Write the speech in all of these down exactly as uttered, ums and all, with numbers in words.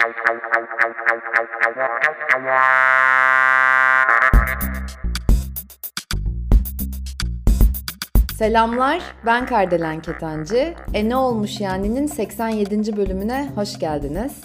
Selamlar, ben Kardelen Ketenci. E Ne Olmuş Yani'nin seksen yedinci bölümüne hoş geldiniz.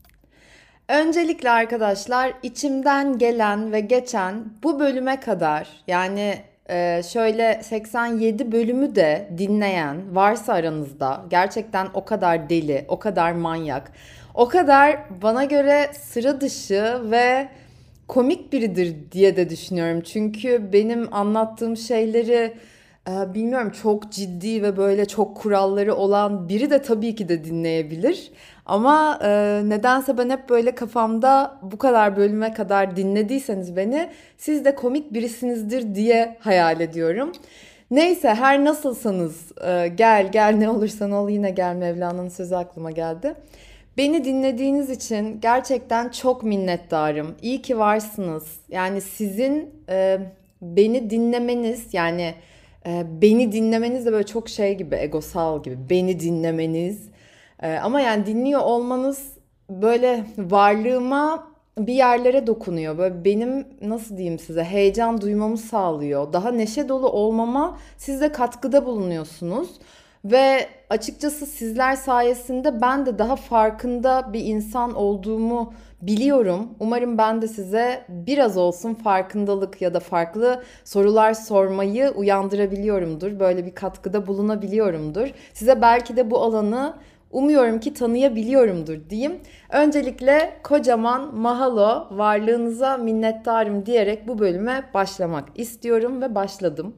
Öncelikle arkadaşlar, içimden gelen ve geçen bu bölüme kadar, yani e, şöyle seksen yedi bölümü de dinleyen varsa aranızda, gerçekten o kadar deli, o kadar manyak, o kadar bana göre sıra dışı ve komik biridir diye de düşünüyorum. Çünkü benim anlattığım şeyleri e, bilmiyorum, çok ciddi ve böyle çok kuralları olan biri de tabii ki de dinleyebilir. Ama e, nedense ben hep böyle kafamda, bu kadar bölüme kadar dinlediyseniz beni, siz de komik birisinizdir diye hayal ediyorum. Neyse, her nasılsanız e, gel gel, ne olursan ol yine gel, Mevlana'nın sözü aklıma geldi. Beni dinlediğiniz için gerçekten çok minnettarım. İyi ki varsınız. Yani sizin e, beni dinlemeniz, yani e, beni dinlemeniz de böyle çok şey gibi, egosal gibi. Beni dinlemeniz. E, ama yani dinliyor olmanız böyle varlığıma bir yerlere dokunuyor. Böyle benim, nasıl diyeyim size, heyecan duymamı sağlıyor. Daha neşe dolu olmama siz de katkıda bulunuyorsunuz. Ve açıkçası sizler sayesinde ben de daha farkında bir insan olduğumu biliyorum. Umarım ben de size biraz olsun farkındalık ya da farklı sorular sormayı uyandırabiliyorumdur. Böyle bir katkıda bulunabiliyorumdur. Size belki de bu alanı umuyorum ki tanıyabiliyorumdur diyeyim. Öncelikle kocaman mahalo, varlığınıza minnettarım diyerek bu bölüme başlamak istiyorum ve başladım.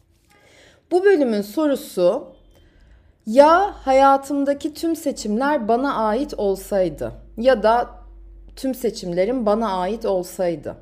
Bu bölümün sorusu: ya hayatımdaki tüm seçimler bana ait olsaydı ya da tüm seçimlerim bana ait olsaydı.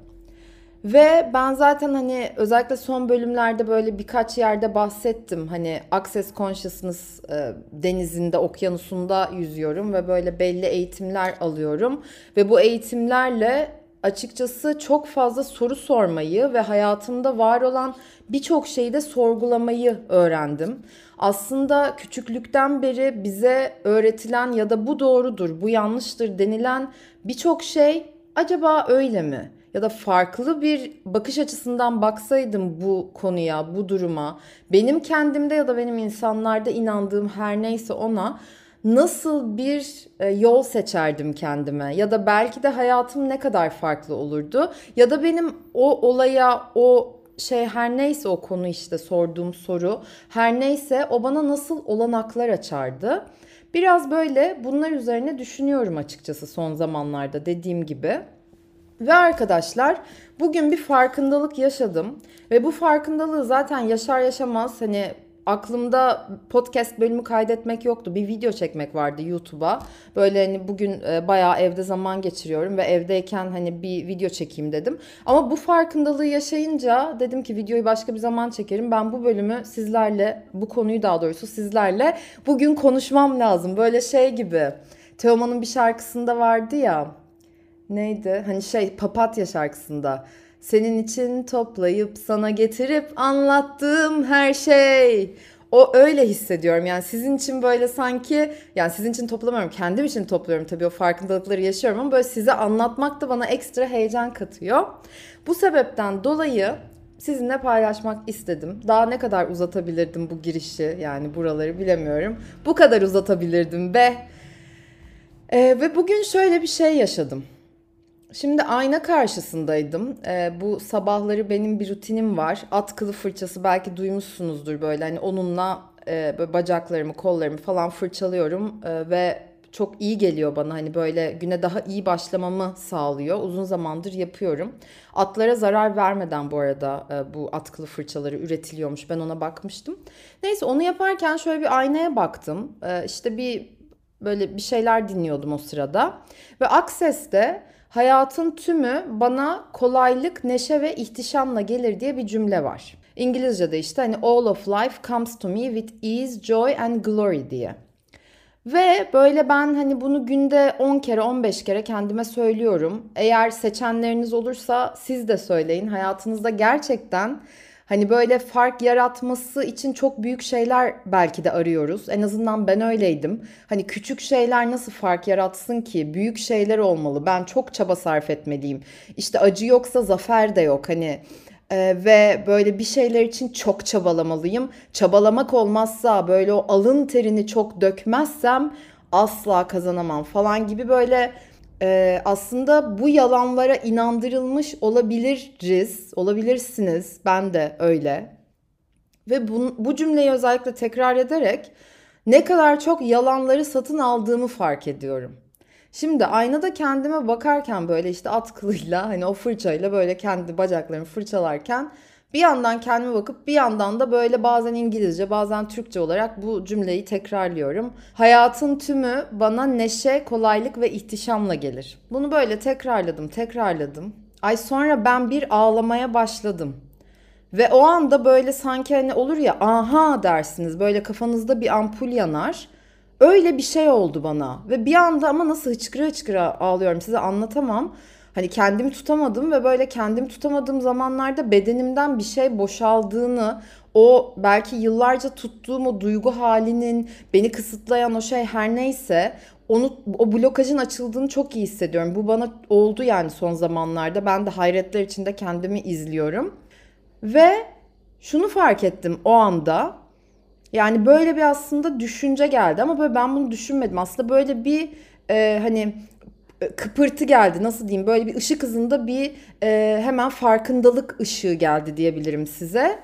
Ve ben zaten hani özellikle son bölümlerde böyle birkaç yerde bahsettim. Hani Access Consciousness e, denizinde, okyanusunda yüzüyorum ve böyle belli eğitimler alıyorum. Ve bu eğitimlerle açıkçası çok fazla soru sormayı ve hayatımda var olan birçok şeyi de sorgulamayı öğrendim. Aslında küçüklükten beri bize öğretilen ya da bu doğrudur, bu yanlıştır denilen birçok şey acaba öyle mi? Ya da farklı bir bakış açısından baksaydım bu konuya, bu duruma, benim kendimde ya da benim insanlarda inandığım her neyse ona, nasıl bir e, yol seçerdim kendime? Ya da belki de hayatım ne kadar farklı olurdu? Ya da benim o olaya, o şey, her neyse o konu, işte sorduğum soru, her neyse o bana nasıl olanaklar açardı? Biraz böyle bunlar üzerine düşünüyorum açıkçası son zamanlarda, dediğim gibi. Ve arkadaşlar, bugün bir farkındalık yaşadım ve bu farkındalığı zaten yaşar yaşamaz hani aklımda podcast bölümü kaydetmek yoktu. Bir video çekmek vardı YouTube'a. Böyle hani bugün e, bayağı evde zaman geçiriyorum ve evdeyken hani bir video çekeyim dedim. Ama bu farkındalığı yaşayınca dedim ki videoyu başka bir zaman çekerim. Ben bu bölümü sizlerle, bu konuyu daha doğrusu sizlerle bugün konuşmam lazım. Böyle şey gibi. Teoman'ın bir şarkısında vardı ya. Neydi? Hani şey, Papatya şarkısında. Senin için toplayıp sana getirip anlattığım her şey. O öyle hissediyorum. Yani sizin için böyle sanki, yani sizin için toplamıyorum, kendim için topluyorum tabii, o farkındalıkları yaşıyorum ama böyle size anlatmak da bana ekstra heyecan katıyor. Bu sebepten dolayı sizinle paylaşmak istedim. Daha ne kadar uzatabilirdim bu girişi, yani buraları bilemiyorum. Bu kadar uzatabilirdim be. Ee, ve bugün şöyle bir şey yaşadım. Şimdi ayna karşısındaydım. Ee, bu sabahları benim bir rutinim var. At kılı fırçası, belki duymuşsunuzdur böyle. Hani onunla e, böyle bacaklarımı, kollarımı falan fırçalıyorum Ee, ve çok iyi geliyor bana. Hani böyle güne daha iyi başlamamı sağlıyor. Uzun zamandır yapıyorum. Atlara zarar vermeden bu arada e, bu at kılı fırçaları üretiliyormuş. Ben ona bakmıştım. Neyse, onu yaparken şöyle bir aynaya baktım. Ee, işte bir böyle bir şeyler dinliyordum o sırada. Ve Access'te hayatın tümü bana kolaylık, neşe ve ihtişamla gelir diye bir cümle var. İngilizce'de işte hani all of life comes to me with ease, joy and glory diye. Ve böyle ben hani bunu günde on kere on beş kere kendime söylüyorum. Eğer seçenleriniz olursa siz de söyleyin. Hayatınızda gerçekten Hani böyle fark yaratması için çok büyük şeyler belki de arıyoruz. En azından ben öyleydim. Hani küçük şeyler nasıl fark yaratsın ki? Büyük şeyler olmalı. Ben çok çaba sarf etmeliyim. İşte acı yoksa zafer de yok. Hani e, ve böyle bir şeyler için çok çabalamalıyım. Çabalamak olmazsa böyle o alın terini çok dökmezsem asla kazanamam falan gibi böyle e, aslında bu yalanlara inandırılmış olabiliriz, olabilirsiniz. Ben de öyle. Ve bu, bu cümleyi özellikle tekrar ederek ne kadar çok yalanları satın aldığımı fark ediyorum. Şimdi aynada kendime bakarken böyle işte at kılıyla hani o fırçayla böyle kendi bacaklarımı fırçalarken bir yandan kendime bakıp bir yandan da böyle bazen İngilizce bazen Türkçe olarak bu cümleyi tekrarlıyorum. Hayatın tümü bana neşe, kolaylık ve ihtişamla gelir. Bunu böyle tekrarladım, tekrarladım. Ay sonra ben bir ağlamaya başladım. Ve o anda böyle sanki hani olur ya aha dersiniz böyle kafanızda bir ampul yanar. Öyle bir şey oldu bana ve bir anda ama nasıl hıçkıra hıçkıra ağlıyorum size anlatamam. Hani kendimi tutamadım ve böyle kendimi tutamadığım zamanlarda bedenimden bir şey boşaldığını, o belki yıllarca tuttuğum o duygu halinin beni kısıtlayan o şey her neyse onu o blokajın açıldığını çok iyi hissediyorum. Bu bana oldu yani son zamanlarda. Ben de hayretler içinde kendimi izliyorum. Ve şunu fark ettim o anda. Yani böyle bir aslında düşünce geldi ama böyle ben bunu düşünmedim. Aslında böyle bir e, hani e, kıpırtı geldi. Nasıl diyeyim? Böyle bir ışık hızında bir e, hemen farkındalık ışığı geldi diyebilirim size.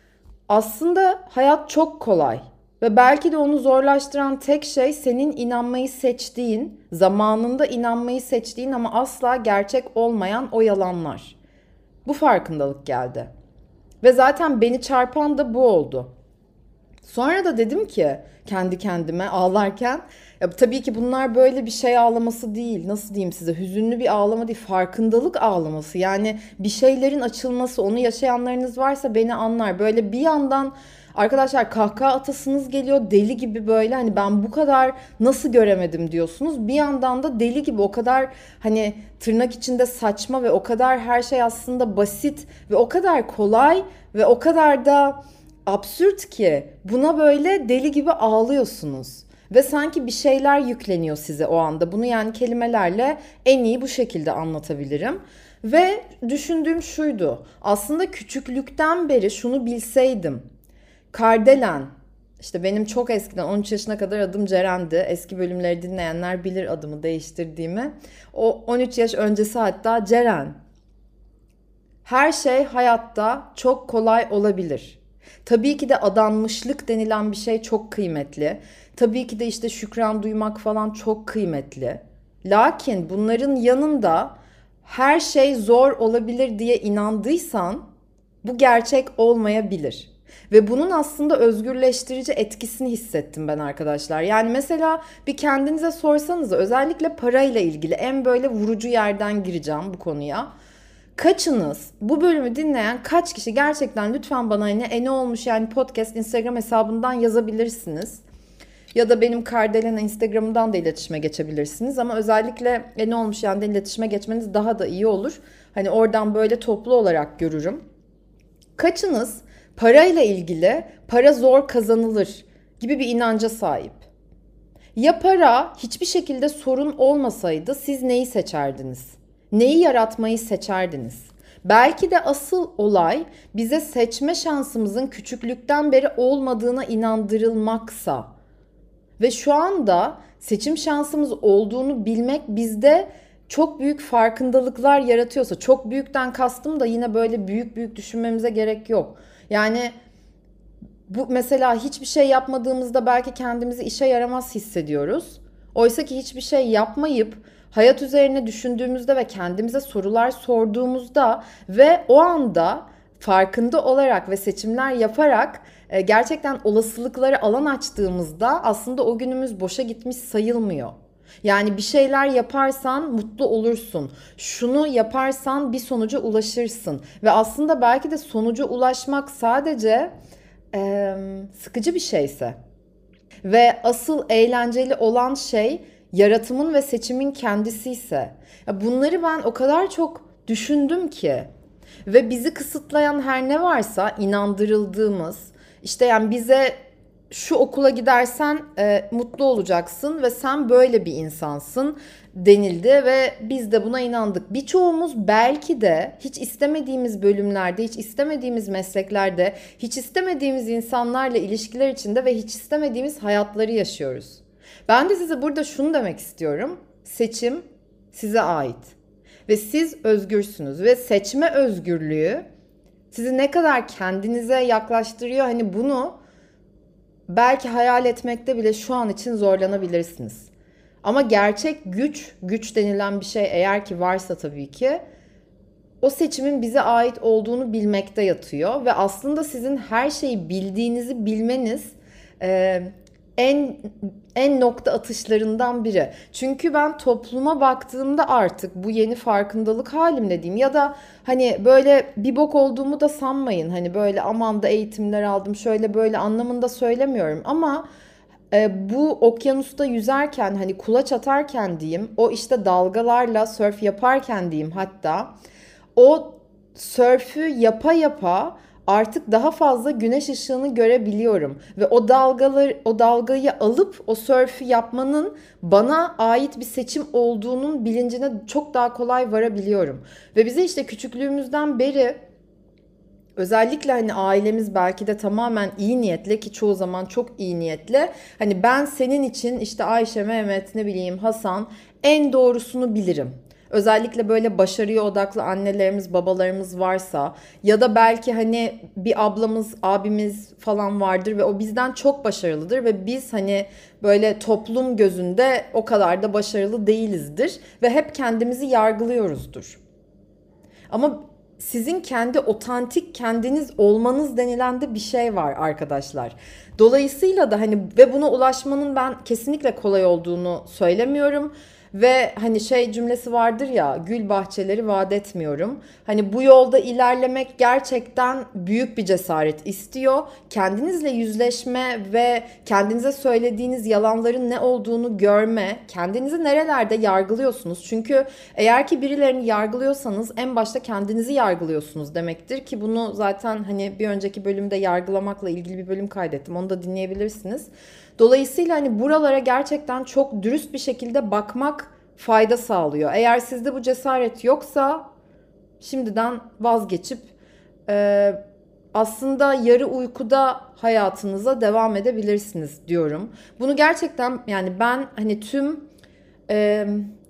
Aslında hayat çok kolay. Ve belki de onu zorlaştıran tek şey senin inanmayı seçtiğin, zamanında inanmayı seçtiğin ama asla gerçek olmayan o yalanlar. Bu farkındalık geldi. Ve zaten beni çarpan da bu oldu. Sonra da dedim ki kendi kendime ağlarken ya tabii ki bunlar böyle bir şey ağlaması değil. Nasıl diyeyim size? Hüzünlü bir ağlama değil, farkındalık ağlaması. Yani bir şeylerin açılması, onu yaşayanlarınız varsa beni anlar. Böyle bir yandan arkadaşlar kahkaha atasınız geliyor deli gibi böyle hani ben bu kadar nasıl göremedim diyorsunuz. Bir yandan da deli gibi o kadar hani tırnak içinde saçma ve o kadar her şey aslında basit ve o kadar kolay ve o kadar da absürt ki buna böyle deli gibi ağlıyorsunuz. Ve sanki bir şeyler yükleniyor size o anda. Bunu yani kelimelerle en iyi bu şekilde anlatabilirim. Ve düşündüğüm şuydu. Aslında küçüklükten beri şunu bilseydim. Kardelen, işte benim çok eskiden on üç yaşına kadar adım Ceren'di. Eski bölümleri dinleyenler bilir adımı değiştirdiğimi. O on üç yaş öncesi hatta Ceren. Her şey hayatta çok kolay olabilir. Tabii ki de adanmışlık denilen bir şey çok kıymetli. Tabii ki de işte şükran duymak falan çok kıymetli. Lakin bunların yanında her şey zor olabilir diye inandıysan bu gerçek olmayabilir. Ve bunun aslında özgürleştirici etkisini hissettim ben arkadaşlar. Yani mesela bir kendinize sorsanıza özellikle parayla ilgili en böyle vurucu yerden gireceğim bu konuya. Kaçınız bu bölümü dinleyen kaç kişi gerçekten lütfen bana ne e ne olmuş yani podcast Instagram hesabından yazabilirsiniz. Ya da benim Kardelena Instagram'dan da iletişime geçebilirsiniz. Ama özellikle e ne olmuş yani iletişime geçmeniz daha da iyi olur. Hani oradan böyle toplu olarak görürüm. Kaçınız parayla ilgili para zor kazanılır gibi bir inanca sahip? Ya para hiçbir şekilde sorun olmasaydı siz neyi seçerdiniz? Neyi yaratmayı seçerdiniz? Belki de asıl olay bize seçme şansımızın küçüklükten beri olmadığına inandırılmaksa ve şu anda seçim şansımız olduğunu bilmek bizde çok büyük farkındalıklar yaratıyorsa, çok büyükten kastım da yine böyle büyük büyük düşünmemize gerek yok. Yani bu mesela hiçbir şey yapmadığımızda belki kendimizi işe yaramaz hissediyoruz. Oysa ki hiçbir şey yapmayıp hayat üzerine düşündüğümüzde ve kendimize sorular sorduğumuzda ve o anda farkında olarak ve seçimler yaparak e, gerçekten olasılıkları alan açtığımızda aslında o günümüz boşa gitmiş sayılmıyor. Yani bir şeyler yaparsan mutlu olursun. Şunu yaparsan bir sonuca ulaşırsın. Ve aslında belki de sonuca ulaşmak sadece e, sıkıcı bir şeyse ve asıl eğlenceli olan şey yaratımın ve seçimin kendisi ise ya bunları ben o kadar çok düşündüm ki Ve bizi kısıtlayan her ne varsa inandırıldığımız, işte yani bize şu okula gidersen e, mutlu olacaksın ve sen böyle bir insansın denildi ve biz de buna inandık. Birçoğumuz belki de hiç istemediğimiz bölümlerde, hiç istemediğimiz mesleklerde, hiç istemediğimiz insanlarla ilişkiler içinde ve hiç istemediğimiz hayatları yaşıyoruz. Ben de size burada şunu demek istiyorum. Seçim size ait ve siz özgürsünüz ve seçme özgürlüğü sizi ne kadar kendinize yaklaştırıyor, hani bunu belki hayal etmekte bile şu an için zorlanabilirsiniz. Ama gerçek güç, güç denilen bir şey eğer ki varsa tabii ki o seçimin bize ait olduğunu bilmekte yatıyor ve aslında sizin her şeyi bildiğinizi bilmeniz e, en en nokta atışlarından biri. Çünkü ben topluma baktığımda artık bu yeni farkındalık halimle diyeyim ya da hani böyle bir bok olduğumu da sanmayın. Hani böyle aman da eğitimler aldım şöyle böyle anlamında söylemiyorum ama e, bu okyanusta yüzerken hani kulaç atarken diyeyim o işte dalgalarla sörf yaparken diyeyim hatta o sörfü yapa yapa artık daha fazla güneş ışığını görebiliyorum ve o dalgaları o dalgayı alıp o sörfü yapmanın bana ait bir seçim olduğunun bilincine çok daha kolay varabiliyorum. Ve bize işte küçüklüğümüzden beri özellikle hani ailemiz belki de tamamen iyi niyetle ki çoğu zaman çok iyi niyetle hani ben senin için işte Ayşe, Mehmet, ne bileyim Hasan en doğrusunu bilirim. Özellikle böyle başarıya odaklı annelerimiz, babalarımız varsa ya da belki hani bir ablamız, abimiz falan vardır ve o bizden çok başarılıdır ve biz hani böyle toplum gözünde o kadar da başarılı değilizdir ve hep kendimizi yargılıyoruzdur. Ama sizin kendi otantik kendiniz olmanız denilen de bir şey var arkadaşlar. Dolayısıyla da hani ve buna ulaşmanın ben kesinlikle kolay olduğunu söylemiyorum. Ve hani şey cümlesi vardır ya, gül bahçeleri vaat etmiyorum. Hani bu yolda ilerlemek gerçekten büyük bir cesaret istiyor. Kendinizle yüzleşme ve kendinize söylediğiniz yalanların ne olduğunu görme. Kendinizi nerelerde yargılıyorsunuz? Çünkü eğer ki birilerini yargılıyorsanız en başta kendinizi yargılıyorsunuz demektir ki bunu zaten hani bir önceki bölümde yargılamakla ilgili bir bölüm kaydettim. Onu da dinleyebilirsiniz. Dolayısıyla hani buralara gerçekten çok dürüst bir şekilde bakmak fayda sağlıyor. Eğer sizde bu cesaret yoksa şimdiden vazgeçip e, aslında yarı uykuda hayatınıza devam edebilirsiniz diyorum. Bunu gerçekten yani ben hani tüm e,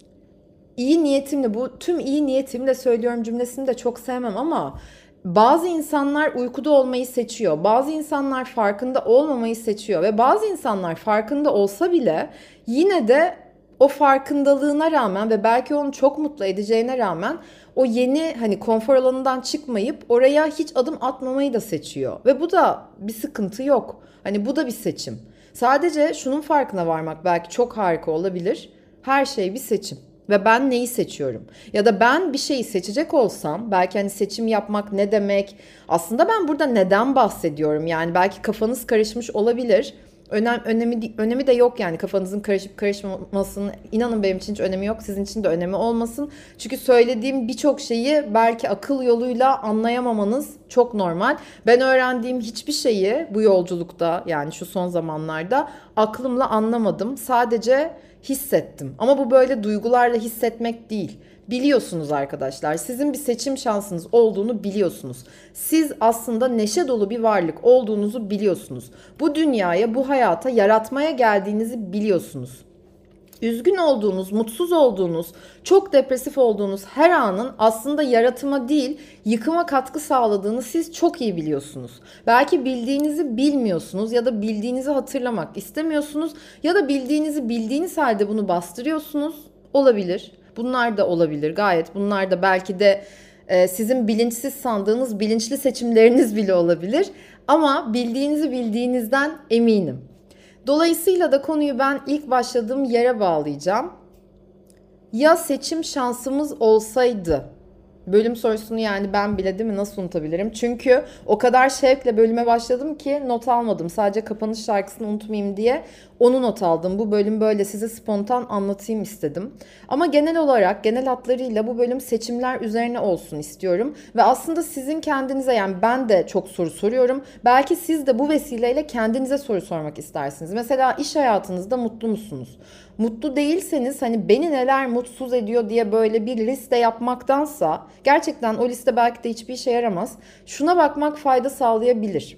iyi niyetimle bu tüm iyi niyetimle söylüyorum cümlesini de çok sevmem ama bazı insanlar uykuda olmayı seçiyor. Bazı insanlar farkında olmamayı seçiyor ve bazı insanlar farkında olsa bile yine de o farkındalığına rağmen ve belki onu çok mutlu edeceğine rağmen o yeni hani konfor alanından çıkmayıp oraya hiç adım atmamayı da seçiyor. Ve bu da bir sıkıntı yok. Hani bu da bir seçim. Sadece şunun farkına varmak belki çok harika olabilir. Her şey bir seçim. Ve ben neyi seçiyorum? Ya da ben bir şeyi seçecek olsam belki hani seçim yapmak ne demek? Aslında ben burada neden bahsediyorum? Yani belki kafanız karışmış olabilir. Önem, önemi, önemi de yok yani kafanızın karışıp karışmamasının inanın benim için hiç önemi yok. Sizin için de önemi olmasın. Çünkü söylediğim birçok şeyi belki akıl yoluyla anlayamamanız çok normal. Ben öğrendiğim hiçbir şeyi bu yolculukta yani şu son zamanlarda aklımla anlamadım. Sadece hissettim. Ama bu böyle duygularla hissetmek değil. Biliyorsunuz arkadaşlar. Sizin bir seçim şansınız olduğunu biliyorsunuz. Siz aslında neşe dolu bir varlık olduğunuzu biliyorsunuz. Bu dünyaya, bu hayata yaratmaya geldiğinizi biliyorsunuz. Üzgün olduğunuz, mutsuz olduğunuz, çok depresif olduğunuz her anın aslında yaratıma değil, yıkıma katkı sağladığını siz çok iyi biliyorsunuz. Belki bildiğinizi bilmiyorsunuz ya da bildiğinizi hatırlamak istemiyorsunuz ya da bildiğinizi bildiğiniz halde bunu bastırıyorsunuz. Olabilir. Bunlar da olabilir. Gayet bunlar da belki de e, sizin bilinçsiz sandığınız bilinçli seçimleriniz bile olabilir. Ama bildiğinizi bildiğinizden eminim. Dolayısıyla da konuyu ben ilk başladığım yere bağlayacağım. Ya seçim şansımız olsaydı Bölüm sorusunu yani ben bile değil mi nasıl unutabilirim? Çünkü o kadar şevkle bölüme başladım ki not almadım. Sadece kapanış şarkısını unutmayayım diye onu not aldım. Bu bölüm böyle size spontan anlatayım istedim. Ama genel olarak genel hatlarıyla bu bölüm seçimler üzerine olsun istiyorum. Ve aslında sizin kendinize yani ben de çok soru soruyorum. Belki siz de bu vesileyle kendinize soru sormak istersiniz. Mesela iş hayatınızda mutlu musunuz? Mutlu değilseniz hani beni neler mutsuz ediyor diye böyle bir liste yapmaktansa gerçekten o liste belki de hiçbir işe yaramaz. Şuna bakmak fayda sağlayabilir.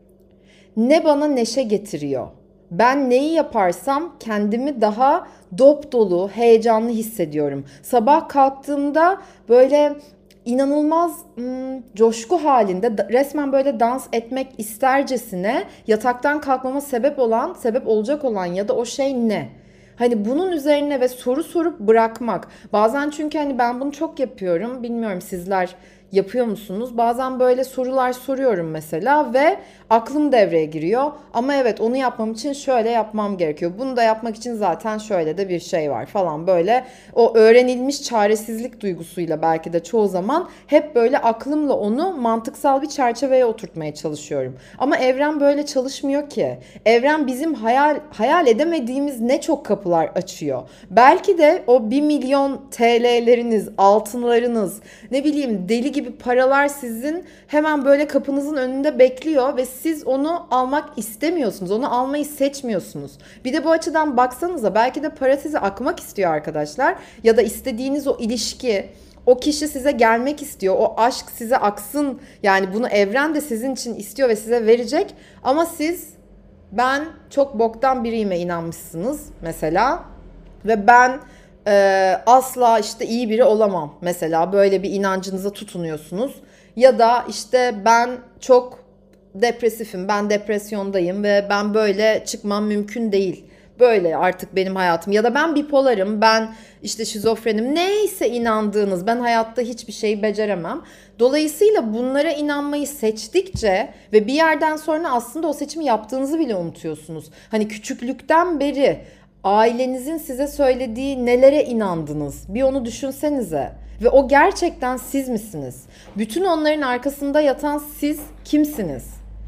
Ne bana neşe getiriyor? Ben neyi yaparsam kendimi daha dop dolu, heyecanlı hissediyorum. Sabah kalktığımda böyle inanılmaz hmm, coşku halinde resmen böyle dans etmek istercesine yataktan kalkmama sebep olan, sebep olacak olan ya da o şey ne? Hani bunun üzerine ve soru sorup bırakmak. Bazen çünkü hani ben bunu çok yapıyorum. Bilmiyorum sizler yapıyor musunuz? Bazen böyle sorular soruyorum mesela ve aklım devreye giriyor. Ama evet onu yapmam için şöyle yapmam gerekiyor. Bunu da yapmak için zaten şöyle de bir şey var falan böyle. O öğrenilmiş çaresizlik duygusuyla belki de çoğu zaman hep böyle aklımla onu mantıksal bir çerçeveye oturtmaya çalışıyorum. Ama evren böyle çalışmıyor ki. Evren bizim hayal hayal edemediğimiz ne çok kapılar açıyor. Belki de o bir milyon T L'leriniz, altınlarınız, ne bileyim deli gibi paralar sizin hemen böyle kapınızın önünde bekliyor ve siz onu almak istemiyorsunuz. Onu almayı seçmiyorsunuz. Bir de bu açıdan baksanıza belki de para size akmak istiyor arkadaşlar. Ya da istediğiniz o ilişki, o kişi size gelmek istiyor. O aşk size aksın. Yani bunu evren de sizin için istiyor ve size verecek. Ama siz ben çok boktan biriyime inanmışsınız mesela. Ve ben e, asla işte iyi biri olamam. Mesela böyle bir inancınıza tutunuyorsunuz. Ya da işte ben çok depresifim, ben depresyondayım ve ben böyle çıkmam mümkün değil. Böyle artık benim hayatım. Ya da ben bipolarım, ben işte şizofrenim. Neyse inandığınız, ben hayatta hiçbir şeyi beceremem. Dolayısıyla bunlara inanmayı seçtikçe ve bir yerden sonra aslında o seçimi yaptığınızı bile unutuyorsunuz. Hani küçüklükten beri ailenizin size söylediği nelere inandınız? Bir onu düşünsenize. Ve o gerçekten siz misiniz? Bütün onların arkasında yatan siz kimsiniz?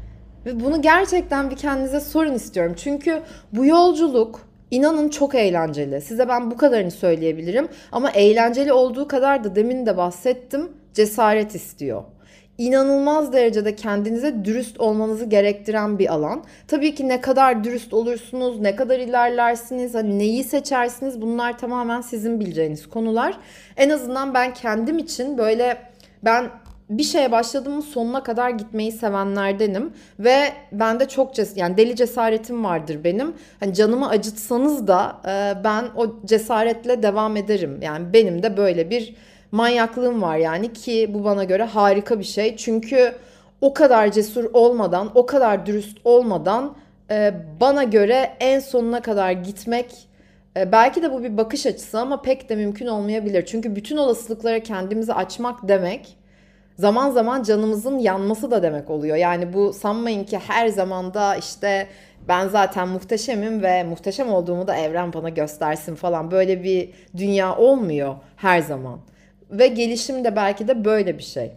Ve bunu gerçekten bir kendinize sorun istiyorum. Çünkü bu yolculuk inanın çok eğlenceli. Size ben bu kadarını söyleyebilirim. Ama eğlenceli olduğu kadar da demin de bahsettim, cesaret istiyor. İnanılmaz derecede kendinize dürüst olmanızı gerektiren bir alan. Tabii ki ne kadar dürüst olursunuz, ne kadar ilerlersiniz, hani neyi seçersiniz bunlar tamamen sizin bileceğiniz konular. En azından ben kendim için böyle ben bir şeye başladığımın sonuna kadar gitmeyi sevenlerdenim ve bende çok ces yani deli cesaretim vardır benim. Hani canımı acıtsanız da e, ben o cesaretle devam ederim. Yani benim de böyle bir manyaklığım var yani ki bu bana göre harika bir şey. Çünkü o kadar cesur olmadan, o kadar dürüst olmadan e, bana göre en sonuna kadar gitmek e, belki de bu bir bakış açısı ama pek de mümkün olmayabilir. Çünkü bütün olasılıklara kendimizi açmak demek zaman zaman canımızın yanması da demek oluyor. Yani bu sanmayın ki her zamanda işte ben zaten muhteşemim ve muhteşem olduğumu da evren bana göstersin falan. Böyle bir dünya olmuyor her zaman. Ve gelişim de belki de böyle bir şey.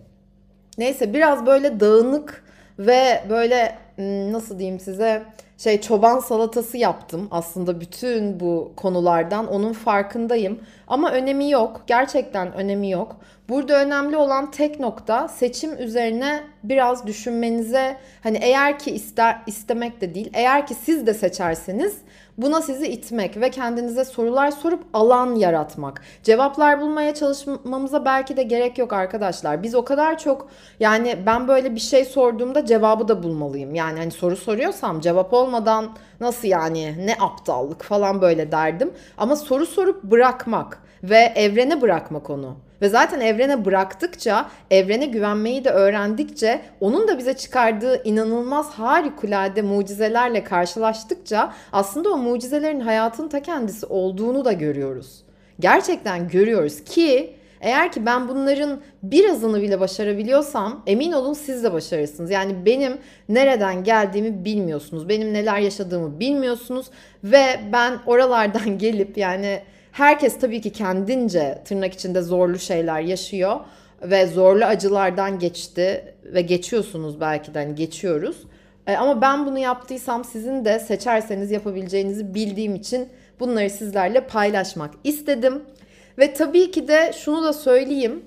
Neyse biraz böyle dağınık ve böyle nasıl diyeyim size şey çoban salatası yaptım aslında bütün bu konulardan onun farkındayım ama önemi yok gerçekten önemi yok. Burada önemli olan tek nokta seçim üzerine biraz düşünmenize hani eğer ki ister istemek de değil eğer ki siz de seçerseniz buna sizi itmek ve kendinize sorular sorup alan yaratmak. Cevaplar bulmaya çalışmamıza belki de gerek yok arkadaşlar. Biz o kadar çok yani ben böyle bir şey sorduğumda cevabı da bulmalıyım. Yani hani soru soruyorsam cevap olmadan nasıl yani ne aptallık falan böyle derdim. Ama soru sorup bırakmak ve evrene bırakmak onu. Ve zaten evrene bıraktıkça, evrene güvenmeyi de öğrendikçe, onun da bize çıkardığı inanılmaz harikulade mucizelerle karşılaştıkça aslında o mucizelerin hayatın ta kendisi olduğunu da görüyoruz. Gerçekten görüyoruz ki eğer ki ben bunların birazını bile başarabiliyorsam emin olun siz de başarırsınız. Yani benim nereden geldiğimi bilmiyorsunuz. Benim neler yaşadığımı bilmiyorsunuz ve ben oralardan gelip yani herkes tabii ki kendince tırnak içinde zorlu şeyler yaşıyor. ve zorlu acılardan geçti ve geçiyorsunuz, belki de hani geçiyoruz. E, ama ben bunu yaptıysam sizin de seçerseniz yapabileceğinizi bildiğim için bunları sizlerle paylaşmak istedim. Ve tabii ki de şunu da söyleyeyim.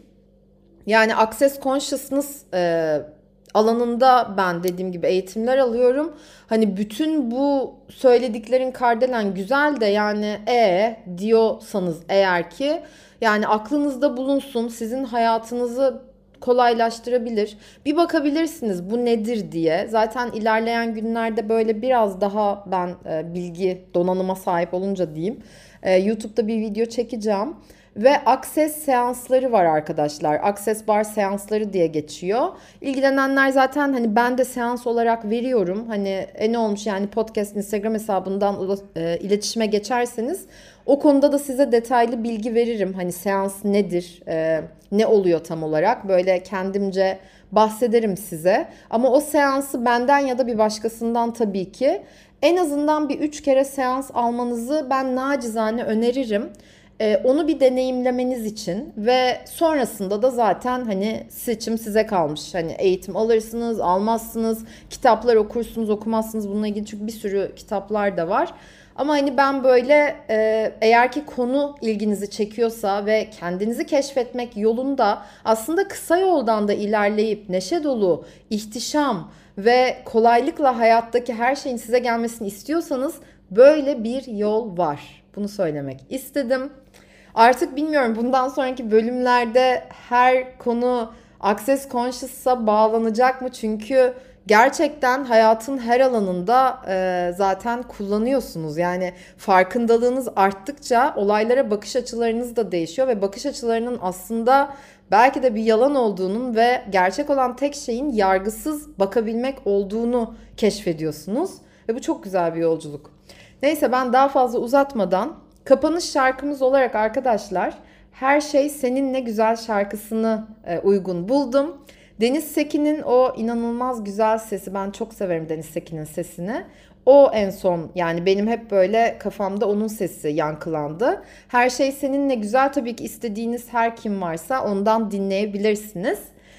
Yani Access Consciousness e, alanında ben dediğim gibi eğitimler alıyorum. Hani bütün bu söylediklerin Kardelen güzel de yani e diyorsanız eğer ki yani aklınızda bulunsun, sizin hayatınızı kolaylaştırabilir. Bir bakabilirsiniz bu nedir diye. Zaten ilerleyen günlerde böyle biraz daha ben e, bilgi donanıma sahip olunca diyeyim. E, YouTube'da bir video çekeceğim. Ve Access seansları var arkadaşlar. Access Bar seansları diye geçiyor. İlgilenenler zaten hani ben de seans olarak veriyorum. Hani e ne olmuş yani podcast Instagram hesabından e, iletişime geçerseniz o konuda da size detaylı bilgi veririm. Hani seans nedir, e, ne oluyor tam olarak böyle kendimce bahsederim size. Ama o seansı benden ya da bir başkasından tabii ki en azından bir üç kere seans almanızı ben nacizane öneririm. Ee, onu bir deneyimlemeniz için ve sonrasında da zaten hani seçim size kalmış. Hani eğitim alırsınız, almazsınız, kitaplar okursunuz, okumazsınız. Bununla ilgili çünkü bir sürü kitaplar da var. Ama hani ben böyle e, eğer ki konu ilginizi çekiyorsa ve kendinizi keşfetmek yolunda aslında kısa yoldan da ilerleyip neşe dolu, ihtişam ve kolaylıkla hayattaki her şeyin size gelmesini istiyorsanız böyle bir yol var. Bunu söylemek istedim. Artık bilmiyorum bundan sonraki bölümlerde her konu Access Conscious'a bağlanacak mı? Çünkü gerçekten hayatın her alanında e, zaten kullanıyorsunuz. Yani farkındalığınız arttıkça olaylara bakış açılarınız da değişiyor ve bakış açılarının aslında belki de bir yalan olduğunun ve gerçek olan tek şeyin yargısız bakabilmek olduğunu keşfediyorsunuz. Ve bu çok güzel bir yolculuk. Neyse ben daha fazla uzatmadan kapanış şarkımız olarak arkadaşlar Her Şey Seninle Güzel şarkısını e, uygun buldum. Deniz Sekin'in o inanılmaz güzel sesi, ben çok severim Deniz Sekin'in sesini. O en son yani benim hep böyle kafamda onun sesi yankılandı. Her Şey Seninle Güzel tabii ki istediğiniz her kim varsa ondan dinleyebilirsiniz.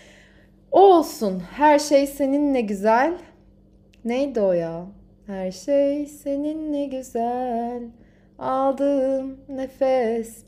O olsun, Her Şey Seninle Güzel. Neydi o ya? Her şey seninle güzel, aldığım nefes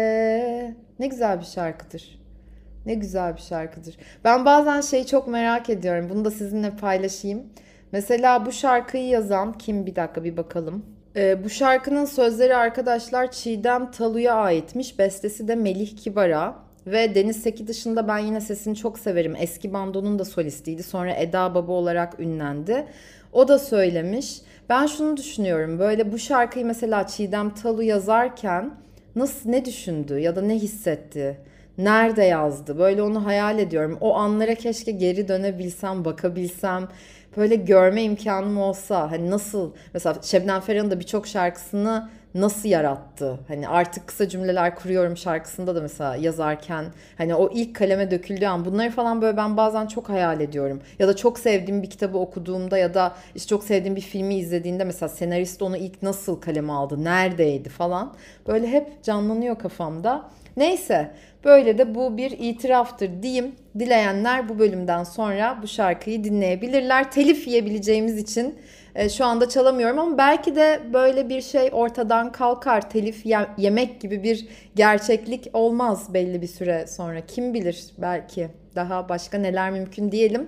bile. Ne güzel bir şarkıdır. Ne güzel bir şarkıdır. Ben bazen şeyi çok merak ediyorum. Bunu da sizinle paylaşayım. Mesela bu şarkıyı yazan kim? Bir dakika bir bakalım. Ee, bu şarkının sözleri arkadaşlar Çiğdem Talu'ya aitmiş. Bestesi de Melih Kibar'a. Ve Deniz Seki dışında ben yine sesini çok severim. Eski bandonun da solistiydi. Sonra Eda Baba olarak ünlendi. O da söylemiş. Ben şunu düşünüyorum. Böyle bu şarkıyı mesela Çiğdem Talu yazarken nasıl, ne düşündü ya da ne hissetti? Nerede yazdı? Böyle onu hayal ediyorum. O anlara keşke geri dönebilsem, bakabilsem. Böyle görme imkanım olsa. Hani nasıl mesela Şebnem Ferah'ın da birçok şarkısını nasıl yarattı? Hani artık kısa cümleler kuruyorum şarkısında da mesela yazarken hani o ilk kaleme döküldüğü an bunları falan böyle ben bazen çok hayal ediyorum. Ya da çok sevdiğim bir kitabı okuduğumda ya da işte çok sevdiğim bir filmi izlediğinde mesela senarist onu ilk nasıl kaleme aldı? Neredeydi falan. Böyle hep canlanıyor kafamda. Neyse böyle de bu bir itiraftır diyeyim. Dileyenler bu bölümden sonra bu şarkıyı dinleyebilirler. Telif yiyebileceğimiz için e, şu anda çalamıyorum ama belki de böyle bir şey ortadan kalkar. Telif ye- yemek gibi bir gerçeklik olmaz belli bir süre sonra. Kim bilir, belki daha başka neler mümkün diyelim.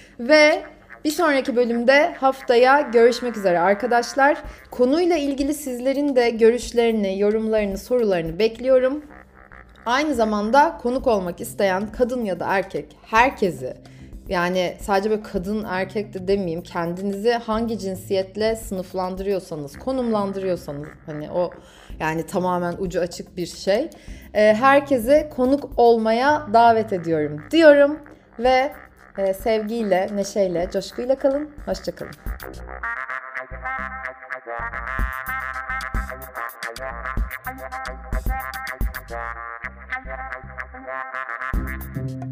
Ve bir sonraki bölümde haftaya görüşmek üzere arkadaşlar. Konuyla ilgili sizlerin de görüşlerini, yorumlarını, sorularını bekliyorum. Aynı zamanda konuk olmak isteyen kadın ya da erkek herkesi, yani sadece böyle kadın erkek de demeyeyim, kendinizi hangi cinsiyetle sınıflandırıyorsanız, konumlandırıyorsanız hani o yani tamamen ucu açık bir şey. Herkese konuk olmaya davet ediyorum diyorum ve sevgiyle, neşeyle, coşkuyla kalın. Hoşça kalın. Thank you.